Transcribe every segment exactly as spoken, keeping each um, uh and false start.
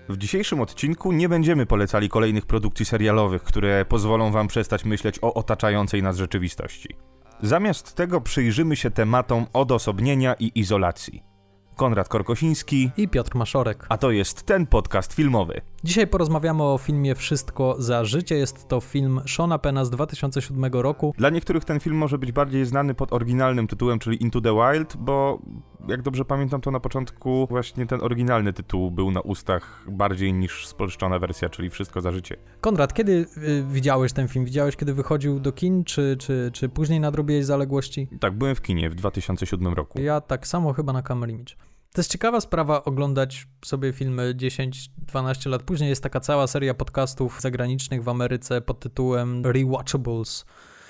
W dzisiejszym odcinku nie będziemy polecali kolejnych produkcji serialowych, które pozwolą wam przestać myśleć o otaczającej nas rzeczywistości. Zamiast tego przyjrzymy się tematom odosobnienia i izolacji. Konrad Korkosiński i Piotr Maszorek. A to jest ten podcast filmowy. Dzisiaj porozmawiamy o filmie Wszystko za życie. Jest to film Seana Penna z dwa tysiące siódmego roku. Dla niektórych ten film może być bardziej znany pod oryginalnym tytułem, czyli Into the Wild, bo jak dobrze pamiętam, to na początku właśnie ten oryginalny tytuł był na ustach bardziej niż spolszczona wersja, czyli Wszystko za życie. Konrad, kiedy y, widziałeś ten film? Widziałeś, kiedy wychodził do kin, czy, czy, czy później nadrobiłeś zaległości? Tak, byłem w kinie w dwa tysiące siódmym roku. Ja tak samo chyba na Camera Image. To jest ciekawa sprawa oglądać sobie filmy dziesięć dwanaście lat później. Jest taka cała seria podcastów zagranicznych w Ameryce pod tytułem Rewatchables.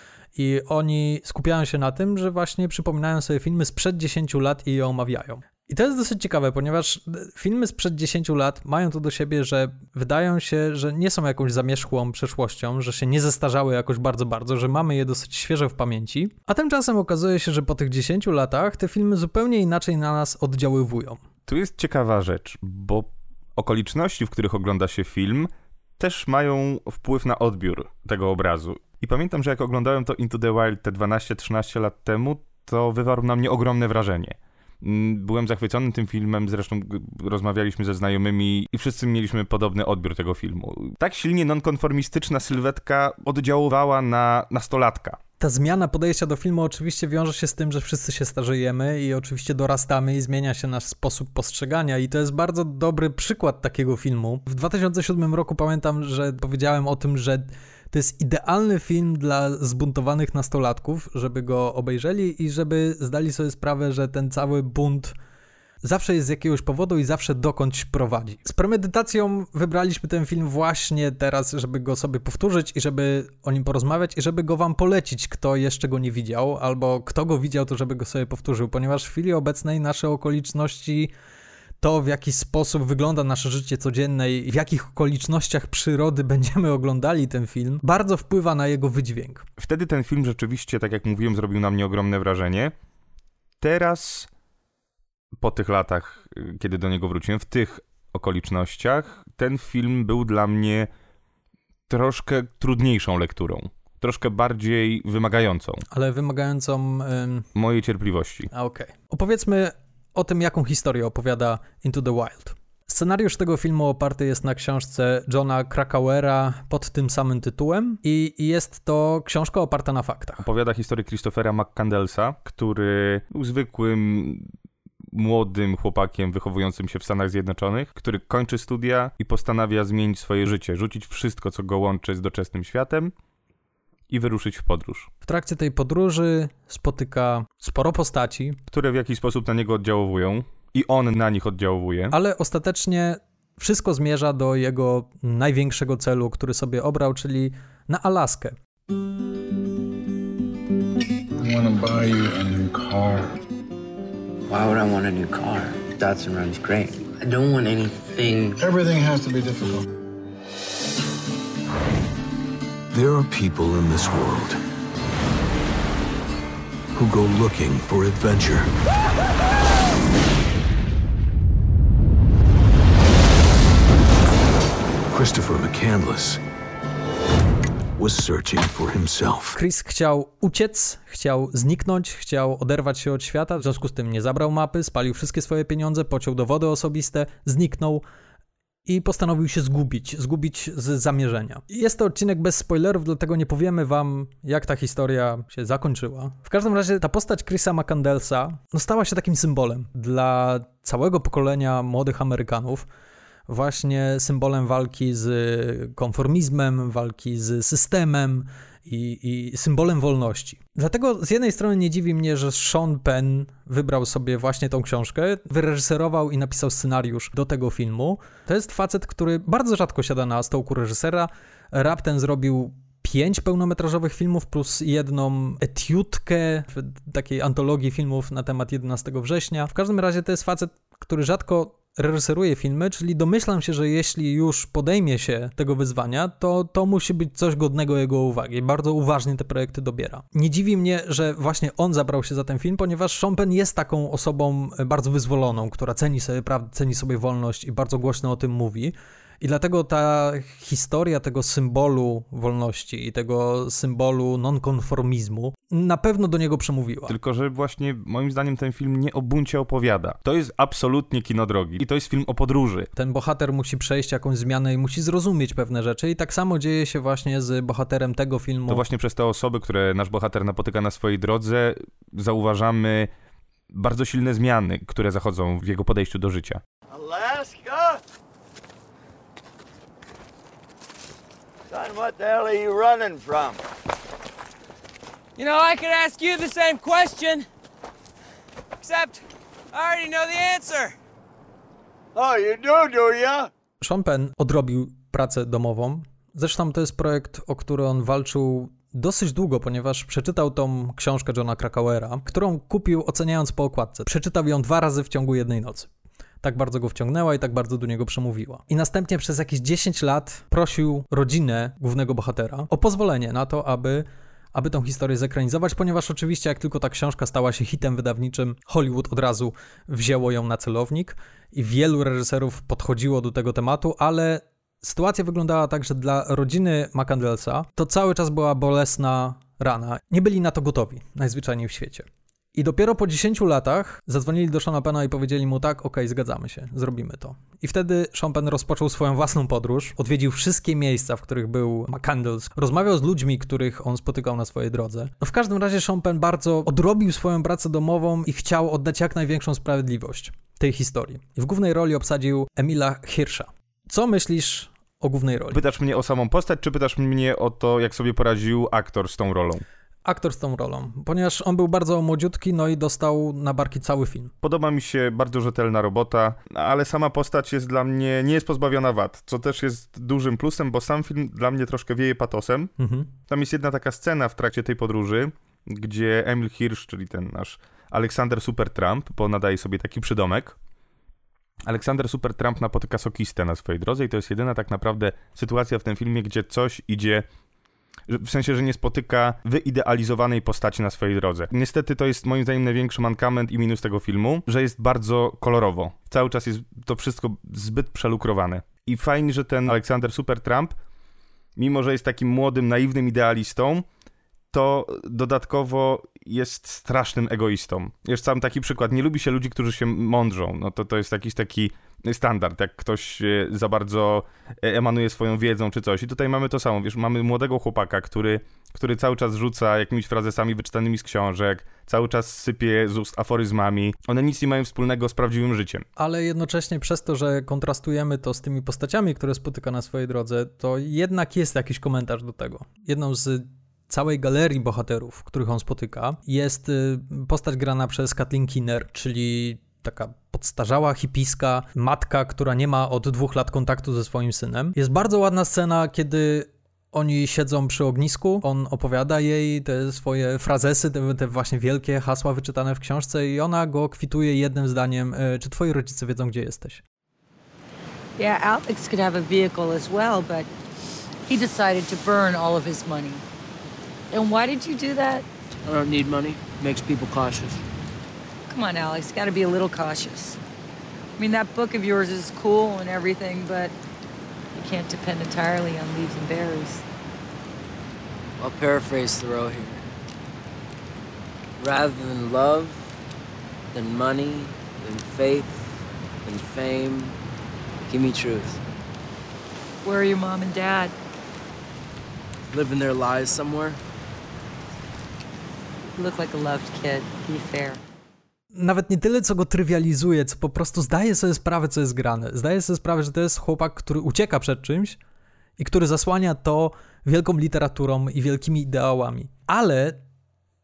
I oni skupiają się na tym, że właśnie przypominają sobie filmy sprzed dziesięciu lat i je omawiają. I to jest dosyć ciekawe, ponieważ filmy sprzed dziesięciu lat mają to do siebie, że wydają się, że nie są jakąś zamierzchłą przeszłością, że się nie zestarzały jakoś bardzo, bardzo, że mamy je dosyć świeże w pamięci. A tymczasem okazuje się, że po tych dziesięciu latach te filmy zupełnie inaczej na nas oddziaływują. Tu jest ciekawa rzecz, bo okoliczności, w których ogląda się film, też mają wpływ na odbiór tego obrazu. I pamiętam, że jak oglądałem to Into the Wild te dwanaście trzynaście lat temu, to wywarł na mnie ogromne wrażenie. Byłem zachwycony tym filmem, zresztą rozmawialiśmy ze znajomymi i wszyscy mieliśmy podobny odbiór tego filmu. Tak silnie nonkonformistyczna sylwetka oddziaływała na nastolatka. Ta zmiana podejścia do filmu oczywiście wiąże się z tym, że wszyscy się starzejemy i oczywiście dorastamy i zmienia się nasz sposób postrzegania i to jest bardzo dobry przykład takiego filmu. W dwa tysiące siódmym roku pamiętam, że powiedziałem o tym, że to jest idealny film dla zbuntowanych nastolatków, żeby go obejrzeli i żeby zdali sobie sprawę, że ten cały bunt zawsze jest z jakiegoś powodu i zawsze dokądś prowadzi. Z premedytacją wybraliśmy ten film właśnie teraz, żeby go sobie powtórzyć i żeby o nim porozmawiać i żeby go wam polecić, kto jeszcze go nie widział, albo kto go widział, to żeby go sobie powtórzył, ponieważ w chwili obecnej nasze okoliczności, to w jaki sposób wygląda nasze życie codzienne i w jakich okolicznościach przyrody będziemy oglądali ten film, bardzo wpływa na jego wydźwięk. Wtedy ten film rzeczywiście, tak jak mówiłem, zrobił na mnie ogromne wrażenie. Teraz, po tych latach, kiedy do niego wróciłem, w tych okolicznościach, ten film był dla mnie troszkę trudniejszą lekturą. Troszkę bardziej wymagającą. Ale wymagającą... Ym... mojej cierpliwości. A okej. Okay. Opowiedzmy o tym, jaką historię opowiada Into the Wild. Scenariusz tego filmu oparty jest na książce Johna Krakauera pod tym samym tytułem i jest to książka oparta na faktach. Opowiada historię Christophera McCandlessa, który był zwykłym młodym chłopakiem wychowującym się w Stanach Zjednoczonych, który kończy studia i postanawia zmienić swoje życie, rzucić wszystko, co go łączy z doczesnym światem i wyruszyć w podróż. W trakcie tej podróży spotyka sporo postaci, które w jakiś sposób na niego oddziaływują i on na nich oddziałuje. Ale ostatecznie wszystko zmierza do jego największego celu, który sobie obrał, czyli na Alaskę. I want to buy you a new car. Why would I want a new car? Datsun runs great. I don't want anything... Everything has to be difficult. There are people in this world who go looking for adventure. Christopher McCandless was searching for himself. Chris chciał uciec, chciał zniknąć, chciał oderwać się od świata, w związku z tym nie zabrał mapy, spalił wszystkie swoje pieniądze, pociął dowody osobiste, zniknął i postanowił się zgubić, zgubić z zamierzenia. Jest to odcinek bez spoilerów, dlatego nie powiemy wam, jak ta historia się zakończyła. W każdym razie ta postać Chrisa McCandlessa no, stała się takim symbolem dla całego pokolenia młodych Amerykanów. Właśnie symbolem walki z konformizmem, walki z systemem i, i symbolem wolności. Dlatego z jednej strony nie dziwi mnie, że Sean Penn wybrał sobie właśnie tą książkę, wyreżyserował i napisał scenariusz do tego filmu. To jest facet, który bardzo rzadko siada na stołku reżysera. Raptem zrobił pięć pełnometrażowych filmów plus jedną etiudkę w takiej antologii filmów na temat jedenastego września. W każdym razie to jest facet, który rzadko reżyseruje filmy, czyli domyślam się, że jeśli już podejmie się tego wyzwania, to to musi być coś godnego jego uwagi. Bardzo uważnie te projekty dobiera. Nie dziwi mnie, że właśnie on zabrał się za ten film, ponieważ Sean Penn jest taką osobą bardzo wyzwoloną, która ceni sobie prawdę, ceni sobie wolność i bardzo głośno o tym mówi. I dlatego ta historia tego symbolu wolności i tego symbolu nonkonformizmu na pewno do niego przemówiła. Tylko że właśnie moim zdaniem ten film nie o buncie opowiada. To jest absolutnie kino drogi i to jest film o podróży. Ten bohater musi przejść jakąś zmianę i musi zrozumieć pewne rzeczy i tak samo dzieje się właśnie z bohaterem tego filmu. To właśnie przez te osoby, które nasz bohater napotyka na swojej drodze, zauważamy bardzo silne zmiany, które zachodzą w jego podejściu do życia. Alaska? Son, what the hell are you running from? You know, I could ask you the same question. Except, I already know the answer. Oh, you do, do ya? Sean Penn odrobił pracę domową. Zresztą to jest projekt, o który on walczył dosyć długo, ponieważ przeczytał tą książkę Johna Krakauera, którą kupił oceniając po okładce. Przeczytał ją dwa razy w ciągu jednej nocy. Tak bardzo go wciągnęła i tak bardzo do niego przemówiła. I następnie przez jakieś dziesięć lat prosił rodzinę głównego bohatera o pozwolenie na to, aby, aby tą historię zekranizować, ponieważ oczywiście jak tylko ta książka stała się hitem wydawniczym, Hollywood od razu wzięło ją na celownik i wielu reżyserów podchodziło do tego tematu, ale sytuacja wyglądała tak, że dla rodziny McCandlessa to cały czas była bolesna rana. Nie byli na to gotowi, najzwyczajniej w świecie. I dopiero po dziesięciu latach zadzwonili do Seana Penna i powiedzieli mu tak, okej, okay, zgadzamy się, zrobimy to. I wtedy Sean Penn rozpoczął swoją własną podróż, odwiedził wszystkie miejsca, w których był McCandless, rozmawiał z ludźmi, których on spotykał na swojej drodze. No w każdym razie Sean Penn bardzo odrobił swoją pracę domową i chciał oddać jak największą sprawiedliwość tej historii. I w głównej roli obsadził Emila Hirscha. Co myślisz o głównej roli? Pytasz mnie o samą postać, czy pytasz mnie o to, jak sobie poradził aktor z tą rolą? Aktor z tą rolą, ponieważ on był bardzo młodziutki, no i dostał na barki cały film. Podoba mi się bardzo rzetelna robota, ale sama postać jest dla mnie, nie jest pozbawiona wad, co też jest dużym plusem, bo sam film dla mnie troszkę wieje patosem. Mhm. Tam jest jedna taka scena w trakcie tej podróży, gdzie Emil Hirsch, czyli ten nasz Aleksander Supertramp, bo nadaje sobie taki przydomek, Aleksander Supertramp napotyka sokistę na swojej drodze i to jest jedyna tak naprawdę sytuacja w tym filmie, gdzie coś idzie, w sensie, że nie spotyka wyidealizowanej postaci na swojej drodze. Niestety to jest moim zdaniem największy mankament i minus tego filmu, że jest bardzo kolorowo. Cały czas jest to wszystko zbyt przelukrowane. I fajnie, że ten Aleksander Supertramp, mimo że jest takim młodym, naiwnym idealistą, to dodatkowo jest strasznym egoistą. Jest sam taki przykład. Nie lubi się ludzi, którzy się mądrzą. No to, to jest jakiś taki standard, jak ktoś za bardzo emanuje swoją wiedzą czy coś. I tutaj mamy to samo. Wiesz, mamy młodego chłopaka, który, który cały czas rzuca jakimiś frazesami wyczytanymi z książek, cały czas sypie z ust aforyzmami. One nic nie mają wspólnego z prawdziwym życiem. Ale jednocześnie przez to, że kontrastujemy to z tymi postaciami, które spotyka na swojej drodze, to jednak jest jakiś komentarz do tego. Jedną z całej galerii bohaterów, których on spotyka, jest postać grana przez Kathleen Keener, czyli taka podstarzała hipiska, matka, która nie ma od dwóch lat kontaktu ze swoim synem. Jest bardzo ładna scena, kiedy oni siedzą przy ognisku, on opowiada jej te swoje frazesy, te, te właśnie wielkie hasła wyczytane w książce i ona go kwituje jednym zdaniem: czy twoi rodzice wiedzą, gdzie jesteś? Yeah, Alex could have a vehicle as well, but he decided to burn all of his money. And why did you do that? I don't need money. Makes people cautious. Come on, Alex, you gotta be a little cautious. I mean, that book of yours is cool and everything, but you can't depend entirely on leaves and berries. I'll paraphrase Thoreau here. Rather than love, than money, than faith, than fame, give me truth. Where are your mom and dad? Living their lives somewhere. You look like a loved kid. Be fair. Nawet nie tyle, co go trywializuje, co po prostu zdaje sobie sprawę, co jest grane. Zdaje sobie sprawę, że to jest chłopak, który ucieka przed czymś i który zasłania to wielką literaturą i wielkimi ideałami. Ale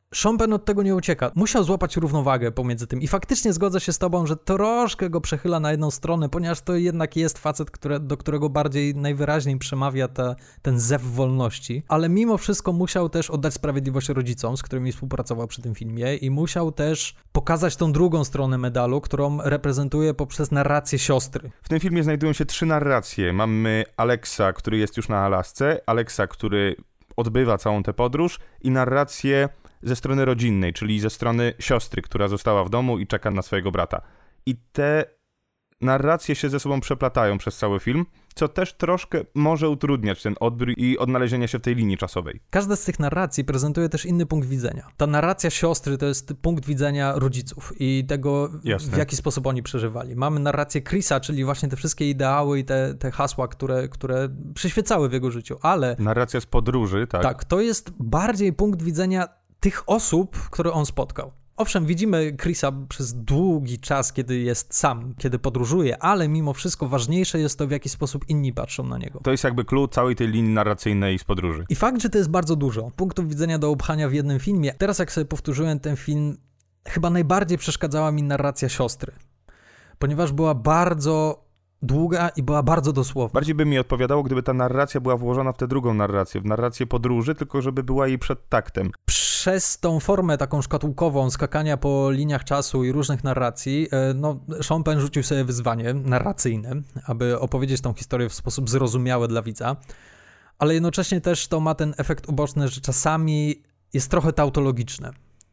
Sean Penn od tego nie ucieka. Musiał złapać równowagę pomiędzy tym i faktycznie zgodzę się z tobą, że troszkę go przechyla na jedną stronę, ponieważ to jednak jest facet, które, do którego bardziej najwyraźniej przemawia ta, ten zew wolności, ale mimo wszystko musiał też oddać sprawiedliwość rodzicom, z którymi współpracował przy tym filmie i musiał też pokazać tą drugą stronę medalu, którą reprezentuje poprzez narrację siostry. W tym filmie znajdują się trzy narracje. Mamy Alexa, który jest już na Alasce, Alexa, który odbywa całą tę podróż i narrację ze strony rodzinnej, czyli ze strony siostry, która została w domu i czeka na swojego brata. I te narracje się ze sobą przeplatają przez cały film, co też troszkę może utrudniać ten odbiór i odnalezienie się w tej linii czasowej. Każda z tych narracji prezentuje też inny punkt widzenia. Ta narracja siostry to jest punkt widzenia rodziców i tego, Jasne. w jaki sposób oni przeżywali. Mamy narrację Chrisa, czyli właśnie te wszystkie ideały i te, te hasła, które, które przyświecały w jego życiu, ale... Narracja z podróży, tak. Tak, to jest bardziej punkt widzenia tych osób, które on spotkał. Owszem, widzimy Chrisa przez długi czas, kiedy jest sam, kiedy podróżuje, ale mimo wszystko ważniejsze jest to, w jaki sposób inni patrzą na niego. To jest jakby klucz całej tej linii narracyjnej z podróży. I fakt, że to jest bardzo dużo punktów widzenia do upchania w jednym filmie. Teraz jak sobie powtórzyłem ten film, chyba najbardziej przeszkadzała mi narracja siostry, ponieważ była bardzo długa i była bardzo dosłowna. Bardziej by mi odpowiadało, gdyby ta narracja była włożona w tę drugą narrację, w narrację podróży, tylko żeby była jej przed taktem. Przez tą formę taką szkatułkową skakania po liniach czasu i różnych narracji, no Sean Penn rzucił sobie wyzwanie narracyjne, aby opowiedzieć tą historię w sposób zrozumiały dla widza, ale jednocześnie też to ma ten efekt uboczny, że czasami jest trochę tautologiczne,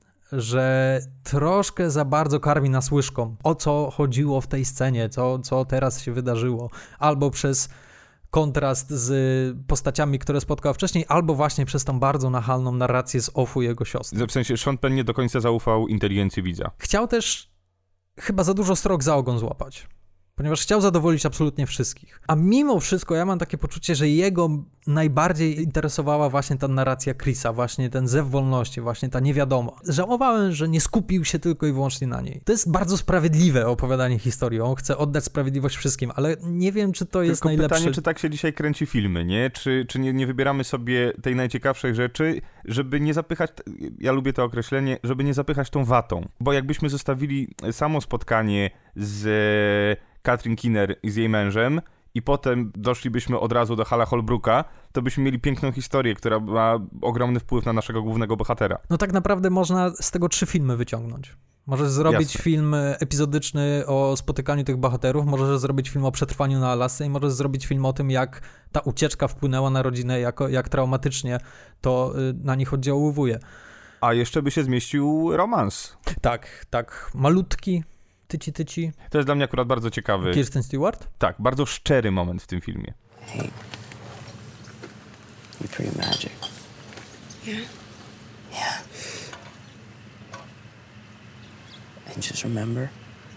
że troszkę za bardzo karmi nas łyżką, o co chodziło w tej scenie, co, co teraz się wydarzyło, albo przez kontrast z postaciami, które spotkał wcześniej, albo właśnie przez tą bardzo nachalną narrację z offu jego siostry. W sensie Sean Penn nie do końca zaufał inteligencji widza. Chciał też chyba za dużo srok za ogon złapać, ponieważ chciał zadowolić absolutnie wszystkich. A mimo wszystko ja mam takie poczucie, że jego najbardziej interesowała właśnie ta narracja Chrisa, właśnie ten zew wolności, właśnie ta niewiadoma. Żałowałem, że nie skupił się tylko i wyłącznie na niej. To jest bardzo sprawiedliwe opowiadanie historii. On chce oddać sprawiedliwość wszystkim, ale nie wiem, czy to jest tylko najlepsze. Pytanie, czy tak się dzisiaj kręci filmy, nie? Czy, czy nie, nie wybieramy sobie tej najciekawszej rzeczy, żeby nie zapychać, ja lubię to określenie, żeby nie zapychać tą watą. Bo jakbyśmy zostawili samo spotkanie z Katrin Keener i z jej mężem i potem doszlibyśmy od razu do Hala Holbrooka, to byśmy mieli piękną historię, która ma ogromny wpływ na naszego głównego bohatera. No tak naprawdę można z tego trzy filmy wyciągnąć. Możesz zrobić Jasne. film epizodyczny o spotykaniu tych bohaterów, możesz zrobić film o przetrwaniu na Alasce i możesz zrobić film o tym, jak ta ucieczka wpłynęła na rodzinę, jak, jak traumatycznie to na nich oddziaływuje. A jeszcze by się zmieścił romans. Tak, tak, malutki, tyci tyci. To jest dla mnie akurat bardzo ciekawy. Kirsten Stewart? Tak, bardzo szczery moment w tym filmie. Hey, you're pretty magic. Yeah? Yeah. And just remember,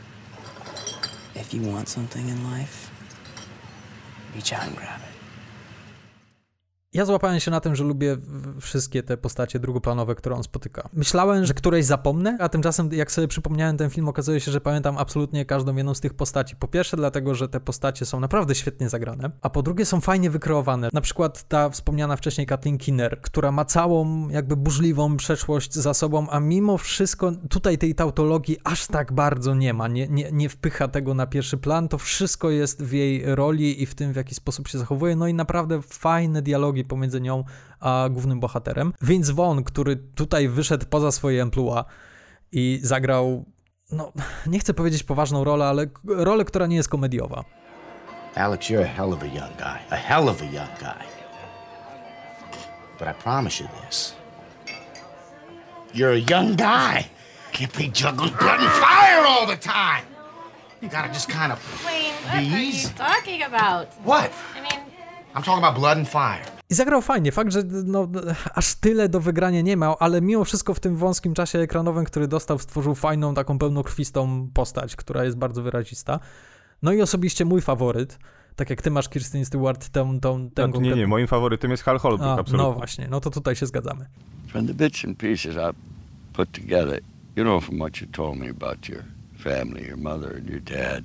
if you want something in life, reach out and grab it. Ja złapałem się na tym, że lubię wszystkie te postacie drugoplanowe, które on spotyka. Myślałem, że któreś zapomnę, a tymczasem jak sobie przypomniałem ten film, okazuje się, że pamiętam absolutnie każdą jedną z tych postaci. Po pierwsze dlatego, że te postacie są naprawdę świetnie zagrane, a po drugie są fajnie wykreowane. Na przykład ta wspomniana wcześniej Kathleen Keener, która ma całą jakby burzliwą przeszłość za sobą, a mimo wszystko tutaj tej tautologii aż tak bardzo nie ma, nie, nie, nie wpycha tego na pierwszy plan. To wszystko jest w jej roli i w tym, w jaki sposób się zachowuje, no i naprawdę fajne dialogi pomiędzy nią a głównym bohaterem. Vince Vaughn, który tutaj wyszedł poza swoje emploi i zagrał, no nie chcę powiedzieć poważną rolę, ale rolę, która nie jest komediowa. Alex, you're a hell of a young guy. A hell of a young guy. But I promise you this. You're a young guy. Can't be juggling blood and fire all the time. You gotta just kind of Wayne, what be are easy. you talking about? What? I mean... I'm talking about blood and fire. I zagrał fajnie. Fakt, że no, aż tyle do wygrania nie miał, ale mimo wszystko w tym wąskim czasie ekranowym, który dostał, stworzył fajną, taką pełnokrwistą postać, która jest bardzo wyrazista. No i osobiście mój faworyt, tak jak ty masz Kirsten Stewart, tę... tę, tę no, nie, nie, moim faworytem jest Hal Holbrook, A, absolutnie. no właśnie, no to tutaj się zgadzamy. From the bits and pieces I put together, you know, from what you told me about your family, your mother and your dad.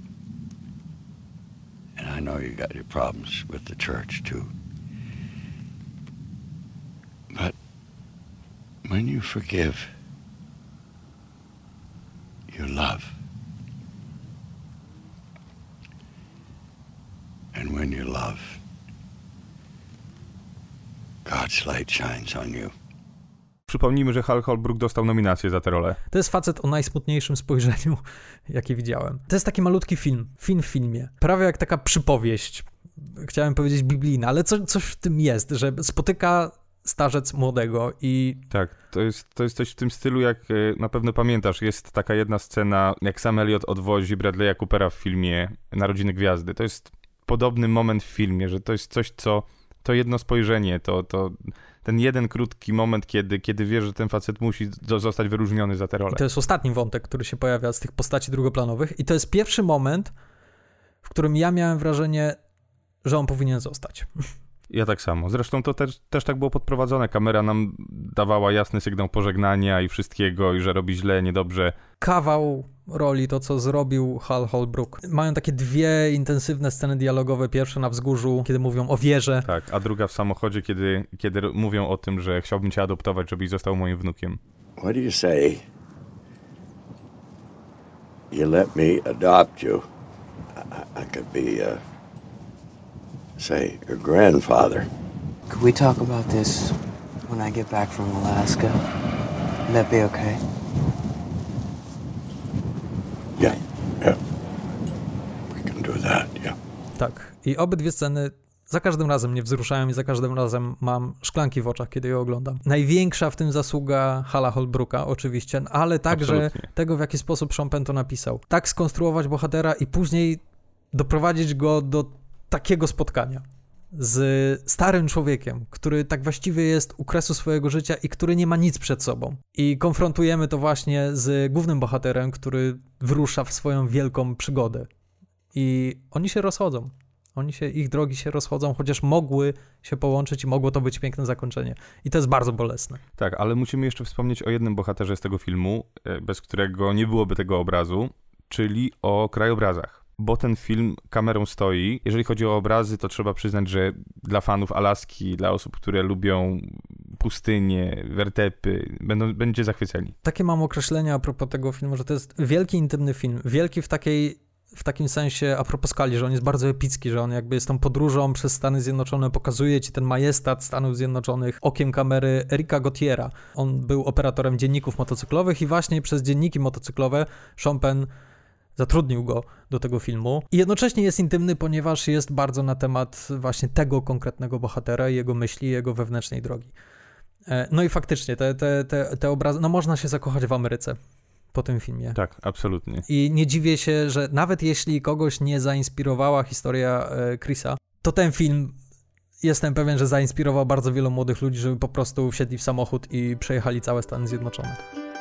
And I know you got your problems with the church, too. But When you forgive, you love. And when you love, God's light shines on you. Przypomnijmy, że Hal Holbrook dostał nominację za tę rolę. To jest facet o najsmutniejszym spojrzeniu, jaki widziałem. To jest taki malutki film, film w filmie. Prawie jak taka przypowieść. Chciałem powiedzieć biblijna, ale co, coś w tym jest, że spotyka starzec młodego i... Tak, to jest, to jest coś w tym stylu, jak na pewno pamiętasz, jest taka jedna scena, jak Sam Elliott odwozi Bradley'a Coopera w filmie Narodziny Gwiazdy. To jest podobny moment w filmie, że to jest coś, co... To jedno spojrzenie, to, to ten jeden krótki moment, kiedy, kiedy wiesz, że ten facet musi zostać wyróżniony za tę rolę. I to jest ostatni wątek, który się pojawia z tych postaci drugoplanowych i to jest pierwszy moment, w którym ja miałem wrażenie, że on powinien zostać. Ja tak samo. Zresztą to też, też tak było podprowadzone. Kamera nam dawała jasny sygnał pożegnania i wszystkiego, i że robi źle, niedobrze. Kawał roli, to co zrobił Hal Holbrook. Mają takie dwie intensywne sceny dialogowe. Pierwsza na wzgórzu, kiedy mówią o wierze. Tak, a druga w samochodzie, kiedy, kiedy mówią o tym, że chciałbym cię adoptować, żebyś został moim wnukiem. What do you say? You let me adopt you. I, I could be, uh, say, your grandfather. Could we talk about this when I get back from Alaska? Would that be okay? Yeah, yeah. We can do that, yeah. Tak. I obydwie sceny za każdym razem mnie wzruszają i za każdym razem mam szklanki w oczach, kiedy je oglądam. Największa w tym zasługa Hala Holbrooka oczywiście, ale także Absolutnie. tego, w jaki sposób Sean Penn to napisał. Tak skonstruować bohatera i później doprowadzić go do takiego spotkania z starym człowiekiem, który tak właściwie jest u kresu swojego życia i który nie ma nic przed sobą. I konfrontujemy to właśnie z głównym bohaterem, który wyrusza w swoją wielką przygodę. I oni się rozchodzą. Oni się, ich drogi się rozchodzą, chociaż mogły się połączyć i mogło to być piękne zakończenie. I to jest bardzo bolesne. Tak, ale musimy jeszcze wspomnieć o jednym bohaterze z tego filmu, bez którego nie byłoby tego obrazu, czyli o krajobrazach. Bo ten film kamerą stoi. Jeżeli chodzi o obrazy, to trzeba przyznać, że dla fanów Alaski, dla osób, które lubią pustynie, wertepy, będą, będzie zachwyceni. Takie mam określenie a propos tego filmu, że to jest wielki, intymny film. Wielki w takiej w takim sensie a propos skali, że on jest bardzo epicki, że on jakby jest tą podróżą przez Stany Zjednoczone, pokazuje ci ten majestat Stanów Zjednoczonych okiem kamery Erika Gautiera. On był operatorem dzienników motocyklowych i właśnie przez dzienniki motocyklowe Sean Penn zatrudnił go do tego filmu. I jednocześnie jest intymny, ponieważ jest bardzo na temat właśnie tego konkretnego bohatera i jego myśli, jego wewnętrznej drogi. No i faktycznie te, te, te, te obrazy, no można się zakochać w Ameryce po tym filmie. Tak, absolutnie. I nie dziwię się, że nawet jeśli kogoś nie zainspirowała historia e, Chrisa, to ten film, jestem pewien, że zainspirował bardzo wielu młodych ludzi, żeby po prostu wsiedli w samochód i przejechali całe Stany Zjednoczone.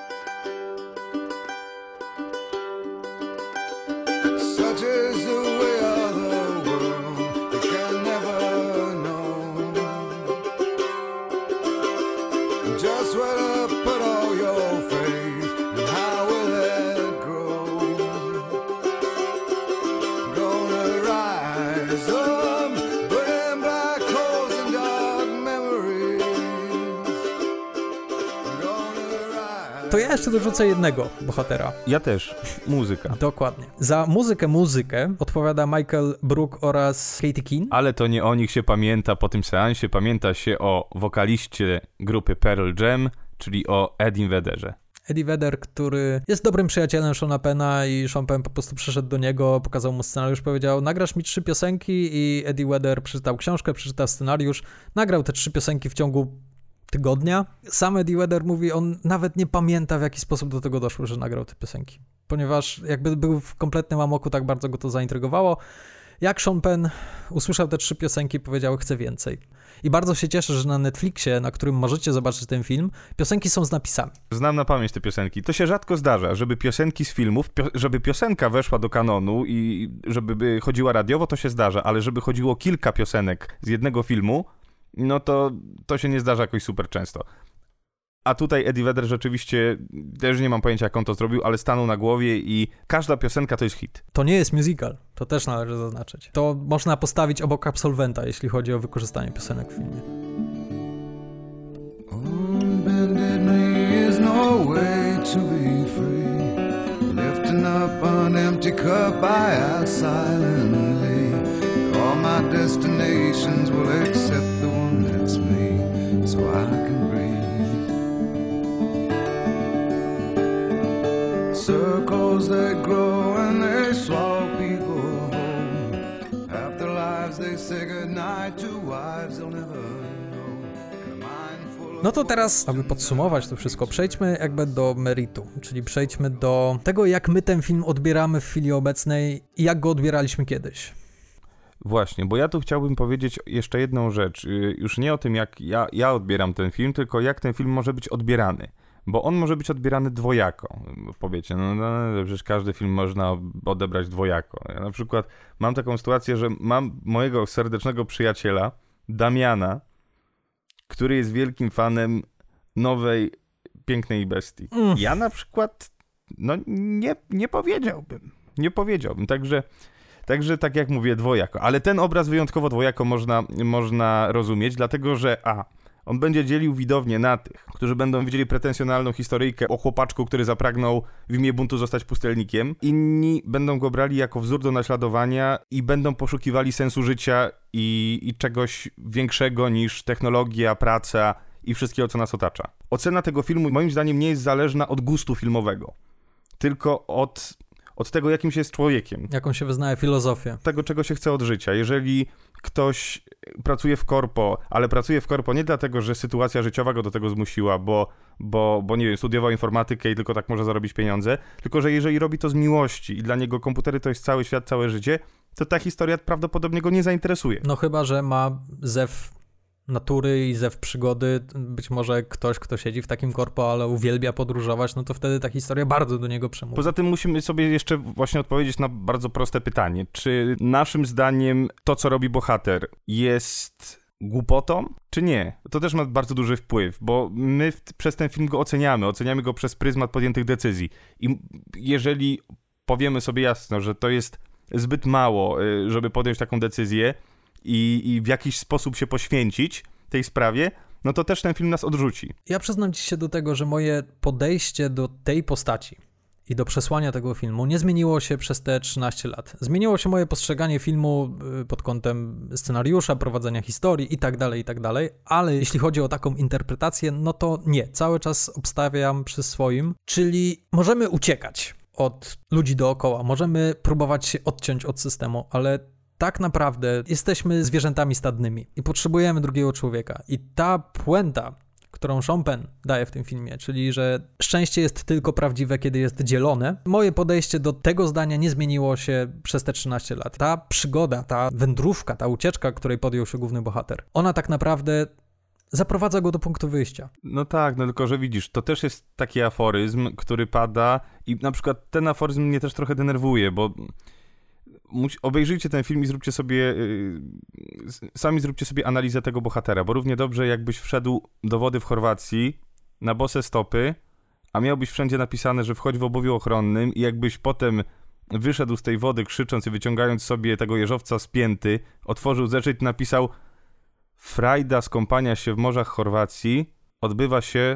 To ja jeszcze dorzucę jednego bohatera. Ja też. Muzyka. Dokładnie. Za muzykę, muzykę odpowiada Michael Brook oraz Katie Keene. Ale to nie o nich się pamięta po tym seansie. Pamięta się o wokaliście grupy Pearl Jam, czyli o Eddie Vedderze. Eddie Vedder, który jest dobrym przyjacielem Seana Penna i Sean Penn po prostu przyszedł do niego, pokazał mu scenariusz, powiedział: nagrasz mi trzy piosenki, i Eddie Vedder przeczytał książkę, przeczytał scenariusz, nagrał te trzy piosenki w ciągu tygodnia. Sam Eddie Vedder mówi, on nawet nie pamięta, w jaki sposób do tego doszło, że nagrał te piosenki. Ponieważ jakby był w kompletnym amoku, tak bardzo go to zaintrygowało. Jak Sean Penn usłyszał te trzy piosenki, powiedział: chcę więcej. I bardzo się cieszę, że na Netflixie, na którym możecie zobaczyć ten film, piosenki są z napisami. Znam na pamięć te piosenki. To się rzadko zdarza, żeby piosenki z filmów, pio- żeby piosenka weszła do kanonu i żeby chodziła radiowo, to się zdarza, ale żeby chodziło kilka piosenek z jednego filmu, no to, to się nie zdarza jakoś super często. A tutaj Eddie Vedder rzeczywiście, też nie mam pojęcia, jak on to zrobił, ale stanął na głowie i każda piosenka to jest hit. To nie jest musical, to też należy zaznaczyć. To można postawić obok Absolventa, jeśli chodzi o wykorzystanie piosenek w filmie. On bended knee more way to be free. Lifting up an empty cup I ask silently. All my destinations will accept the one that's me, so I can breathe. Circles they grow and they swallow people whole. Half their lives they say goodnight to wives they'll never know. And a mind full of... No to teraz, aby podsumować to wszystko, przejdźmy jakby do meritum, czyli przejdźmy do tego, jak my ten film odbieramy w chwili obecnej i jak go odbieraliśmy kiedyś. Właśnie, bo ja tu chciałbym powiedzieć jeszcze jedną rzecz. Już nie o tym, jak ja, ja odbieram ten film, tylko jak ten film może być odbierany. Bo on może być odbierany dwojako. Powiecie, no, no przecież każdy film można odebrać dwojako. Ja na przykład mam taką sytuację, że mam mojego serdecznego przyjaciela, Damiana, który jest wielkim fanem nowej Pięknej Bestii. Mm. Ja na przykład, no nie, nie powiedziałbym. Nie powiedziałbym, także... Także tak jak mówię, dwojako. Ale ten obraz wyjątkowo dwojako można, można rozumieć, dlatego że a, on będzie dzielił widownię na tych, którzy będą widzieli pretensjonalną historyjkę o chłopaczku, który zapragnął w imię buntu zostać pustelnikiem. Inni będą go brali jako wzór do naśladowania i będą poszukiwali sensu życia i, i czegoś większego niż technologia, praca i wszystkiego, co nas otacza. Ocena tego filmu moim zdaniem nie jest zależna od gustu filmowego, tylko od... od tego, jakim się jest człowiekiem. Jaką się wyznaje filozofię. Tego, czego się chce od życia. Jeżeli ktoś pracuje w korpo, ale pracuje w korpo nie dlatego, że sytuacja życiowa go do tego zmusiła, bo, bo, bo nie wiem, studiował informatykę i tylko tak może zarobić pieniądze, tylko że jeżeli robi to z miłości i dla niego komputery to jest cały świat, całe życie, to ta historia prawdopodobnie go nie zainteresuje. No chyba, że ma zew natury i zew przygody, być może ktoś, kto siedzi w takim korpo, ale uwielbia podróżować, no to wtedy ta historia bardzo do niego przemówi. Poza tym musimy sobie jeszcze właśnie odpowiedzieć na bardzo proste pytanie. Czy naszym zdaniem to, co robi bohater, jest głupotą, czy nie? To też ma bardzo duży wpływ, bo my w, przez ten film go oceniamy, oceniamy go przez pryzmat podjętych decyzji. I jeżeli powiemy sobie jasno, że to jest zbyt mało, żeby podjąć taką decyzję, I, i w jakiś sposób się poświęcić tej sprawie, no to też ten film nas odrzuci. Ja przyznam ci się do tego, że moje podejście do tej postaci i do przesłania tego filmu nie zmieniło się przez te trzynaście lat. Zmieniło się moje postrzeganie filmu pod kątem scenariusza, prowadzenia historii i tak dalej, i tak dalej, ale jeśli chodzi o taką interpretację, no to nie. Cały czas obstawiam przy swoim, czyli możemy uciekać od ludzi dookoła, możemy próbować się odciąć od systemu, ale tak naprawdę jesteśmy zwierzętami stadnymi i potrzebujemy drugiego człowieka. I ta puenta, którą Sean Penn daje w tym filmie, czyli że szczęście jest tylko prawdziwe, kiedy jest dzielone, moje podejście do tego zdania nie zmieniło się przez te trzynaście lat. Ta przygoda, ta wędrówka, ta ucieczka, której podjął się główny bohater, ona tak naprawdę zaprowadza go do punktu wyjścia. No tak, no tylko że widzisz, to też jest taki aforyzm, który pada i na przykład ten aforyzm mnie też trochę denerwuje, bo obejrzyjcie ten film i zróbcie sobie, yy, sami zróbcie sobie analizę tego bohatera, bo równie dobrze jakbyś wszedł do wody w Chorwacji na bose stopy, a miałbyś wszędzie napisane, że wchodź w obuwiu ochronnym i jakbyś potem wyszedł z tej wody krzycząc i wyciągając sobie tego jeżowca z pięty, otworzył zeszyt i napisał: frajda skąpania się w morzach Chorwacji odbywa się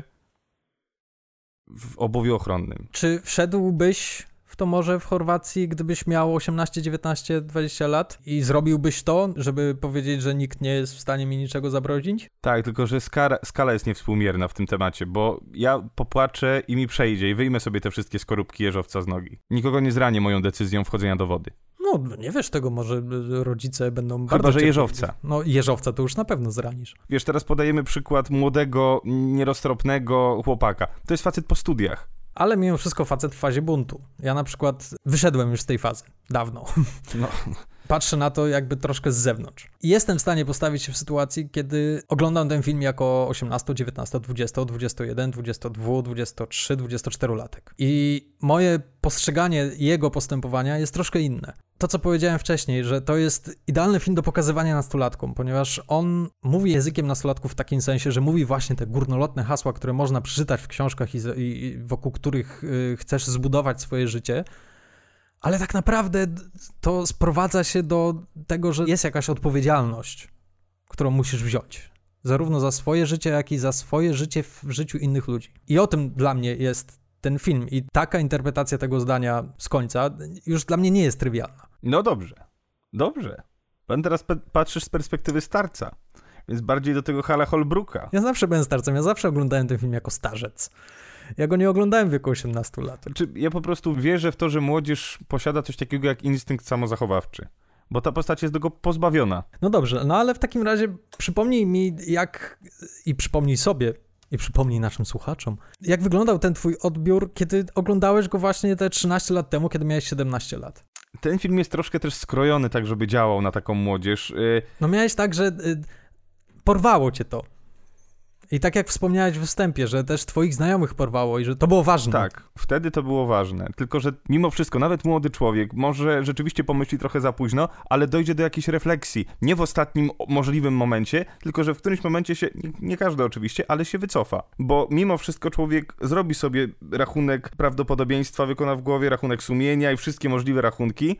w obuwiu ochronnym. Czy wszedłbyś w to morze w Chorwacji, gdybyś miał osiemnaście, dziewiętnaście, dwadzieścia lat i zrobiłbyś to, żeby powiedzieć, że nikt nie jest w stanie mi niczego zabrodzić? Tak, tylko że skala, skala jest niewspółmierna w tym temacie, bo ja popłaczę i mi przejdzie i wyjmę sobie te wszystkie skorupki jeżowca z nogi. Nikogo nie zranię moją decyzją wchodzenia do wody. No, nie wiesz tego, może rodzice będą Chyba, bardzo... Chyba, że ciepli. jeżowca. No, jeżowca to już na pewno zranisz. Wiesz, teraz podajemy przykład młodego, nieroztropnego chłopaka. To jest facet po studiach. Ale mimo wszystko facet w fazie buntu. Ja na przykład wyszedłem już z tej fazy. Dawno. No. Patrzę na to jakby troszkę z zewnątrz. I jestem w stanie postawić się w sytuacji, kiedy oglądam ten film jako osiemnasto, dziewiętnasto, dwadzieścia, dwadzieścia jeden, dwadzieścia dwa, dwadzieścia trzy, dwadzieścia cztery latek. I moje postrzeganie jego postępowania jest troszkę inne. To, co powiedziałem wcześniej, że to jest idealny film do pokazywania nastolatkom, ponieważ on mówi językiem nastolatków w takim sensie, że mówi właśnie te górnolotne hasła, które można przeczytać w książkach i, i wokół których y, chcesz zbudować swoje życie, ale tak naprawdę to sprowadza się do tego, że jest jakaś odpowiedzialność, którą musisz wziąć Zarówno za swoje życie, jak i za swoje życie w życiu innych ludzi. I o tym dla mnie jest ten film. I taka interpretacja tego zdania z końca już dla mnie nie jest trywialna. No dobrze. Dobrze. Pan teraz pe- patrzysz z perspektywy starca. Więc bardziej do tego Hala Holbrooka. Ja zawsze byłem starcem. Ja zawsze oglądałem ten film jako starzec. Ja go nie oglądałem w wieku osiemnastu lat. Znaczy, ja po prostu wierzę w to, że młodzież posiada coś takiego jak instynkt samozachowawczy. Bo ta postać jest tego pozbawiona. No dobrze, no ale w takim razie przypomnij mi jak... i przypomnij sobie, i przypomnij naszym słuchaczom, jak wyglądał ten twój odbiór, kiedy oglądałeś go właśnie te trzynaście lat temu, kiedy miałeś siedemnaście lat. Ten film jest troszkę też skrojony tak, żeby działał na taką młodzież. No miałeś tak, że porwało cię to. I tak jak wspomniałeś w wstępie, że też twoich znajomych porwało i że to było ważne. Tak, wtedy to było ważne. Tylko że mimo wszystko, nawet młody człowiek może rzeczywiście pomyśli trochę za późno, ale dojdzie do jakiejś refleksji. Nie w ostatnim możliwym momencie, tylko że w którymś momencie się, nie, nie każdy oczywiście, ale się wycofa. Bo mimo wszystko człowiek zrobi sobie rachunek prawdopodobieństwa, wykona w głowie rachunek sumienia i wszystkie możliwe rachunki,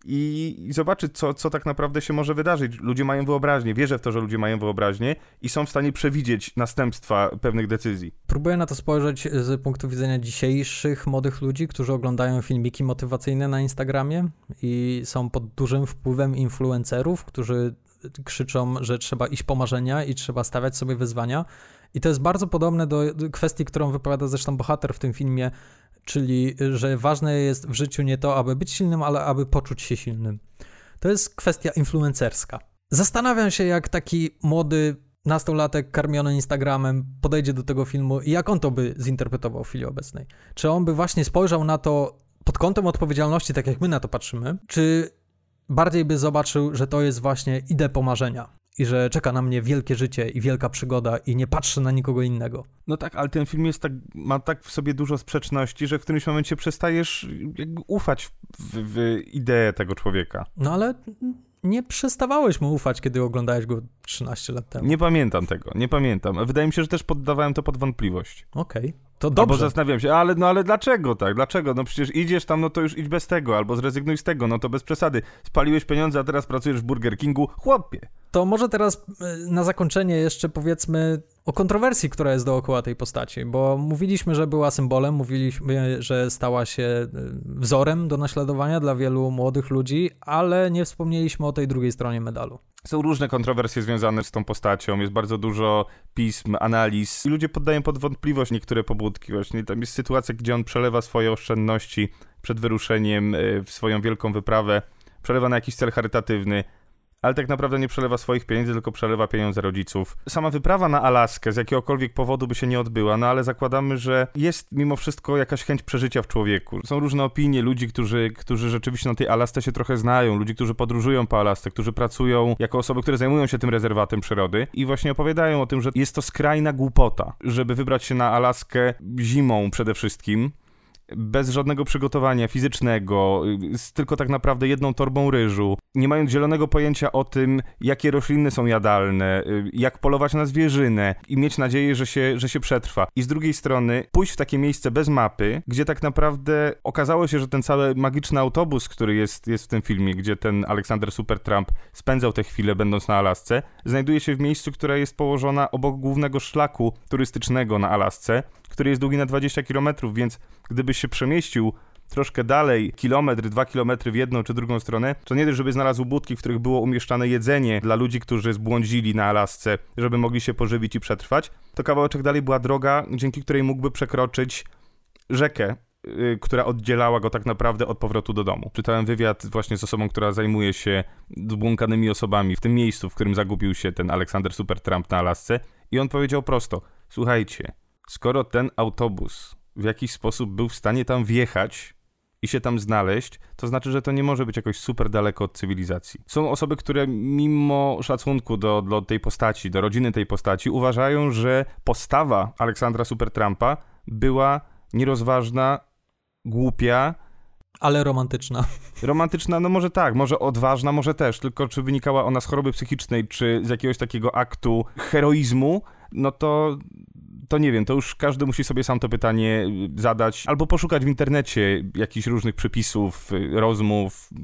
I, i zobaczyć, co, co tak naprawdę się może wydarzyć. Ludzie mają wyobraźnię, wierzę w to, że ludzie mają wyobraźnię i są w stanie przewidzieć następstwa pewnych decyzji. Próbuję na to spojrzeć z punktu widzenia dzisiejszych młodych ludzi, którzy oglądają filmiki motywacyjne na Instagramie i są pod dużym wpływem influencerów, którzy krzyczą, że trzeba iść po marzenia i trzeba stawiać sobie wyzwania. I to jest bardzo podobne do kwestii, którą wypowiada zresztą bohater w tym filmie, czyli, że ważne jest w życiu nie to, aby być silnym, ale aby poczuć się silnym. To jest kwestia influencerska. Zastanawiam się, jak taki młody nastolatek karmiony Instagramem podejdzie do tego filmu i jak on to by zinterpretował w chwili obecnej. Czy on by właśnie spojrzał na to pod kątem odpowiedzialności, tak jak my na to patrzymy, czy bardziej by zobaczył, że to jest właśnie idę po marzenia i że czeka na mnie wielkie życie i wielka przygoda i nie patrzy na nikogo innego. No tak, ale ten film jest tak, ma tak w sobie dużo sprzeczności, że w którymś momencie przestajesz jakby ufać w, w, w ideę tego człowieka. No ale nie przestawałeś mu ufać, kiedy oglądałeś go trzynaście lat temu. Nie pamiętam tego, nie pamiętam. Wydaje mi się, że też poddawałem to pod wątpliwość. Okej, okay. To dobrze. Albo zastanawiam się, ale, no ale dlaczego tak, dlaczego? No przecież idziesz tam, no to już idź bez tego, albo zrezygnuj z tego, no to bez przesady. Spaliłeś pieniądze, a teraz pracujesz w Burger Kingu, chłopie. To może teraz na zakończenie jeszcze powiedzmy o kontrowersji, która jest dookoła tej postaci, bo mówiliśmy, że była symbolem, mówiliśmy, że stała się wzorem do naśladowania dla wielu młodych ludzi, ale nie wspomnieliśmy o tej drugiej stronie medalu. Są różne kontrowersje związane z tą postacią, jest bardzo dużo pism, analiz. Ludzie poddają pod wątpliwość niektóre pobudki właśnie. Tam jest sytuacja, gdzie on przelewa swoje oszczędności przed wyruszeniem w swoją wielką wyprawę, przelewa na jakiś cel charytatywny, ale tak naprawdę nie przelewa swoich pieniędzy, tylko przelewa pieniądze rodziców. Sama wyprawa na Alaskę z jakiegokolwiek powodu by się nie odbyła, no ale zakładamy, że jest mimo wszystko jakaś chęć przeżycia w człowieku. Są różne opinie ludzi, którzy, którzy rzeczywiście na tej Alasce się trochę znają, ludzi, którzy podróżują po Alasce, którzy pracują jako osoby, które zajmują się tym rezerwatem przyrody i właśnie opowiadają o tym, że jest to skrajna głupota, żeby wybrać się na Alaskę zimą przede wszystkim, bez żadnego przygotowania fizycznego, z tylko tak naprawdę jedną torbą ryżu, nie mając zielonego pojęcia o tym, jakie rośliny są jadalne, jak polować na zwierzynę i mieć nadzieję, że się, że się przetrwa. I z drugiej strony pójść w takie miejsce bez mapy, gdzie tak naprawdę okazało się, że ten cały magiczny autobus, który jest, jest w tym filmie, gdzie ten Aleksander Supertramp spędzał te chwile będąc na Alasce, znajduje się w miejscu, które jest położona obok głównego szlaku turystycznego na Alasce, który jest długi na dwadzieścia kilometrów, więc gdybyś się przemieścił troszkę dalej, kilometr, dwa kilometry w jedną czy drugą stronę, to nie tylko, żeby znalazł budki, w których było umieszczane jedzenie dla ludzi, którzy zbłądzili na Alasce, żeby mogli się pożywić i przetrwać, to kawałeczek dalej była droga, dzięki której mógłby przekroczyć rzekę, yy, która oddzielała go tak naprawdę od powrotu do domu. Czytałem wywiad właśnie z osobą, która zajmuje się zbłąkanymi osobami w tym miejscu, w którym zagubił się ten Aleksander Supertramp na Alasce i on powiedział prosto, słuchajcie, skoro ten autobus w jakiś sposób był w stanie tam wjechać i się tam znaleźć, to znaczy, że to nie może być jakoś super daleko od cywilizacji. Są osoby, które mimo szacunku do, do tej postaci, do rodziny tej postaci, uważają, że postawa Aleksandra Supertrampa była nierozważna, głupia, ale romantyczna. Romantyczna, no może tak, może odważna, może też, tylko czy wynikała ona z choroby psychicznej, czy z jakiegoś takiego aktu heroizmu, no to... to nie wiem, to już każdy musi sobie sam to pytanie zadać, albo poszukać w internecie jakichś różnych przepisów, rozmów,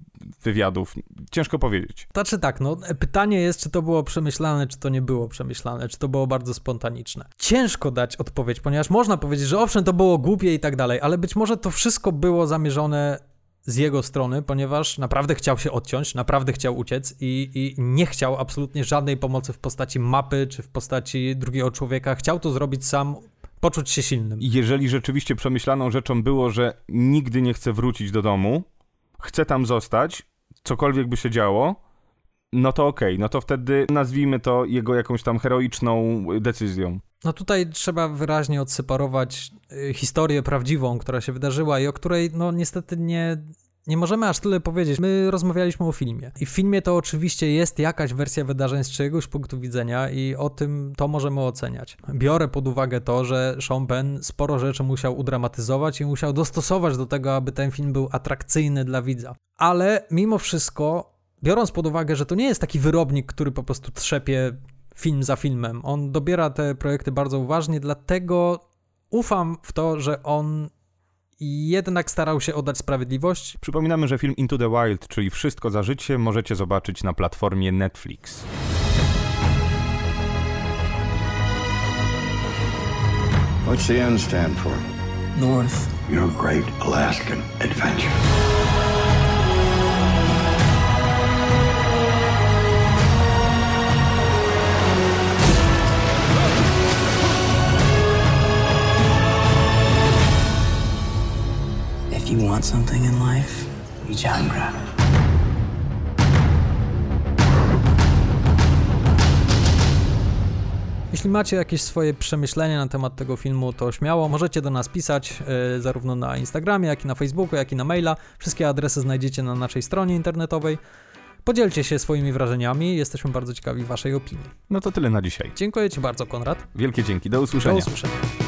wywiadów. Ciężko powiedzieć. Znaczy tak, no pytanie jest, czy to było przemyślane, czy to nie było przemyślane, czy to było bardzo spontaniczne. Ciężko dać odpowiedź, ponieważ można powiedzieć, że owszem, to było głupie i tak dalej, ale być może to wszystko było zamierzone z jego strony, ponieważ naprawdę chciał się odciąć, naprawdę chciał uciec i, i nie chciał absolutnie żadnej pomocy w postaci mapy, czy w postaci drugiego człowieka. Chciał to zrobić sam, poczuć się silnym. Jeżeli rzeczywiście przemyślaną rzeczą było, że nigdy nie chce wrócić do domu, chce tam zostać, cokolwiek by się działo, no to okej, okay, no to wtedy nazwijmy to jego jakąś tam heroiczną decyzją. No tutaj trzeba wyraźnie odseparować historię prawdziwą, która się wydarzyła i o której no niestety nie, nie możemy aż tyle powiedzieć. My rozmawialiśmy o filmie i w filmie to oczywiście jest jakaś wersja wydarzeń z czyjegoś punktu widzenia i o tym to możemy oceniać. Biorę pod uwagę to, że Sean Penn sporo rzeczy musiał udramatyzować i musiał dostosować do tego, aby ten film był atrakcyjny dla widza. Ale mimo wszystko, biorąc pod uwagę, że to nie jest taki wyrobnik, który po prostu trzepie film za filmem. On dobiera te projekty bardzo uważnie, dlatego ufam w to, że on jednak starał się oddać sprawiedliwość. Przypominamy, że film Into the Wild, czyli Wszystko za życie, możecie zobaczyć na platformie Netflix. What's the N stand for? North. Your great Alaskan adventure. If you want something in life, reach out and grab it. Jeśli macie jakieś swoje przemyślenia na temat tego filmu, to śmiało możecie do nas pisać yy, zarówno na Instagramie, jak i na Facebooku, jak i na maila. Wszystkie adresy znajdziecie na naszej stronie internetowej. Podzielcie się swoimi wrażeniami, jesteśmy bardzo ciekawi waszej opinii. No to tyle na dzisiaj. Dziękuję ci bardzo, Konrad. Wielkie dzięki, do usłyszenia. Do usłyszenia.